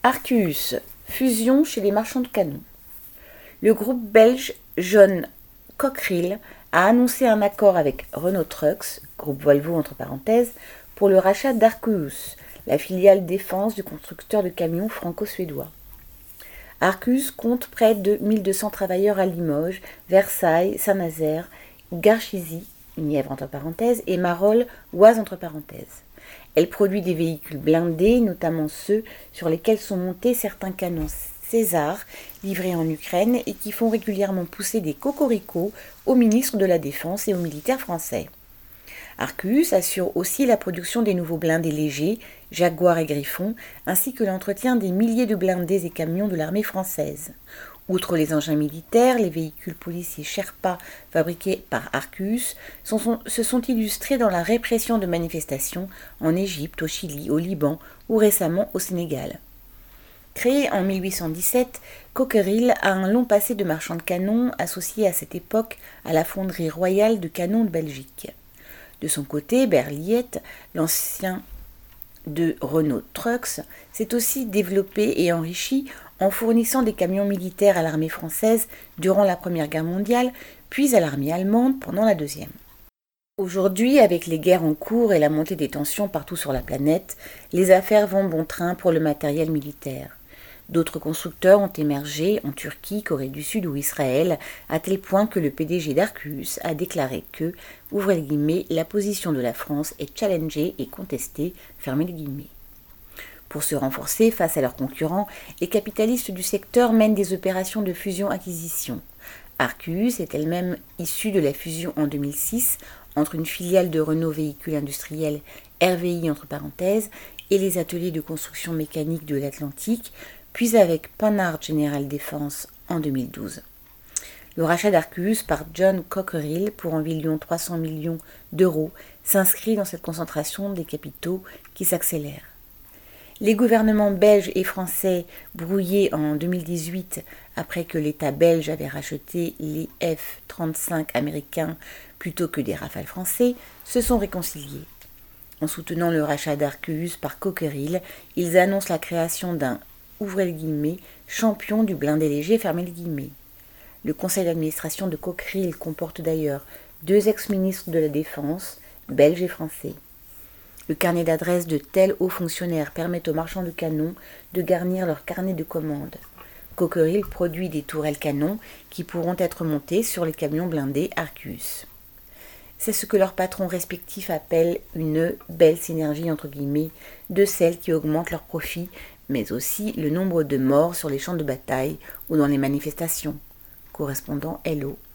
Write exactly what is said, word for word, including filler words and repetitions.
Arquus, fusion chez les marchands de canons. Le groupe belge John Cockerill a annoncé un accord avec Renault Trucks, groupe Volvo entre parenthèses, pour le rachat d'Arquus, la filiale défense du constructeur de camions franco-suédois. Arquus compte près de mille deux cents travailleurs à Limoges, Versailles, Saint-Nazaire, Garchizy, Nièvre entre parenthèses, et Marolles, Oise entre parenthèses. Elle produit des véhicules blindés, notamment ceux sur lesquels sont montés certains canons César livrés en Ukraine et qui font régulièrement pousser des cocoricots au ministre de la Défense et aux militaires français. Arquus assure aussi la production des nouveaux blindés légers, Jaguar et Griffon, ainsi que l'entretien des milliers de blindés et camions de l'armée française. Outre les engins militaires, les véhicules policiers Sherpa fabriqués par Arquus sont, sont, se sont illustrés dans la répression de manifestations en Égypte, au Chili, au Liban ou récemment au Sénégal. Créé en mille huit cent dix-sept, Cockerill a un long passé de marchand de canons associé à cette époque à la fonderie royale de canons de Belgique. De son côté, Berliet, l'ancien de Renault Trucks, s'est aussi développé et enrichi en fournissant des camions militaires à l'armée française durant la Première Guerre mondiale, puis à l'armée allemande pendant la Deuxième. Aujourd'hui, avec les guerres en cours et la montée des tensions partout sur la planète, les affaires vont bon train pour le matériel militaire. D'autres constructeurs ont émergé en Turquie, Corée du Sud ou Israël, à tel point que le P D G d'Arquus a déclaré que, ouvrez les guillemets, la position de la France est challengée et contestée, fermez les guillemets. Pour se renforcer face à leurs concurrents, les capitalistes du secteur mènent des opérations de fusion-acquisition. Arquus est elle-même issue de la fusion en deux mille six entre une filiale de Renault Véhicules Industriels, R V I entre parenthèses, et les ateliers de construction mécanique de l'Atlantique, puis avec Panhard General Defense en deux mille douze. Le rachat d'Arquus par John Cockerill pour environ trois cents millions d'euros s'inscrit dans cette concentration des capitaux qui s'accélère. Les gouvernements belges et français, brouillés en deux mille dix-huit après que l'État belge avait racheté les F trente-cinq américains plutôt que des Rafales français, se sont réconciliés. En soutenant le rachat d'Arquus par Cockerill, ils annoncent la création d'un ouvrez les guillemets, champion du blindé léger, fermez les guillemets. Le conseil d'administration de Cockerill comporte d'ailleurs deux ex-ministres de la Défense, belges et français. Le carnet d'adresses de tels hauts fonctionnaires permet aux marchands de canons de garnir leur carnet de commandes. Cockerill produit des tourelles canons qui pourront être montées sur les camions blindés Arquus. C'est ce que leurs patrons respectifs appellent une belle synergie entre guillemets de celles qui augmentent leurs profits, mais aussi le nombre de morts sur les champs de bataille ou dans les manifestations. Correspondant Hello.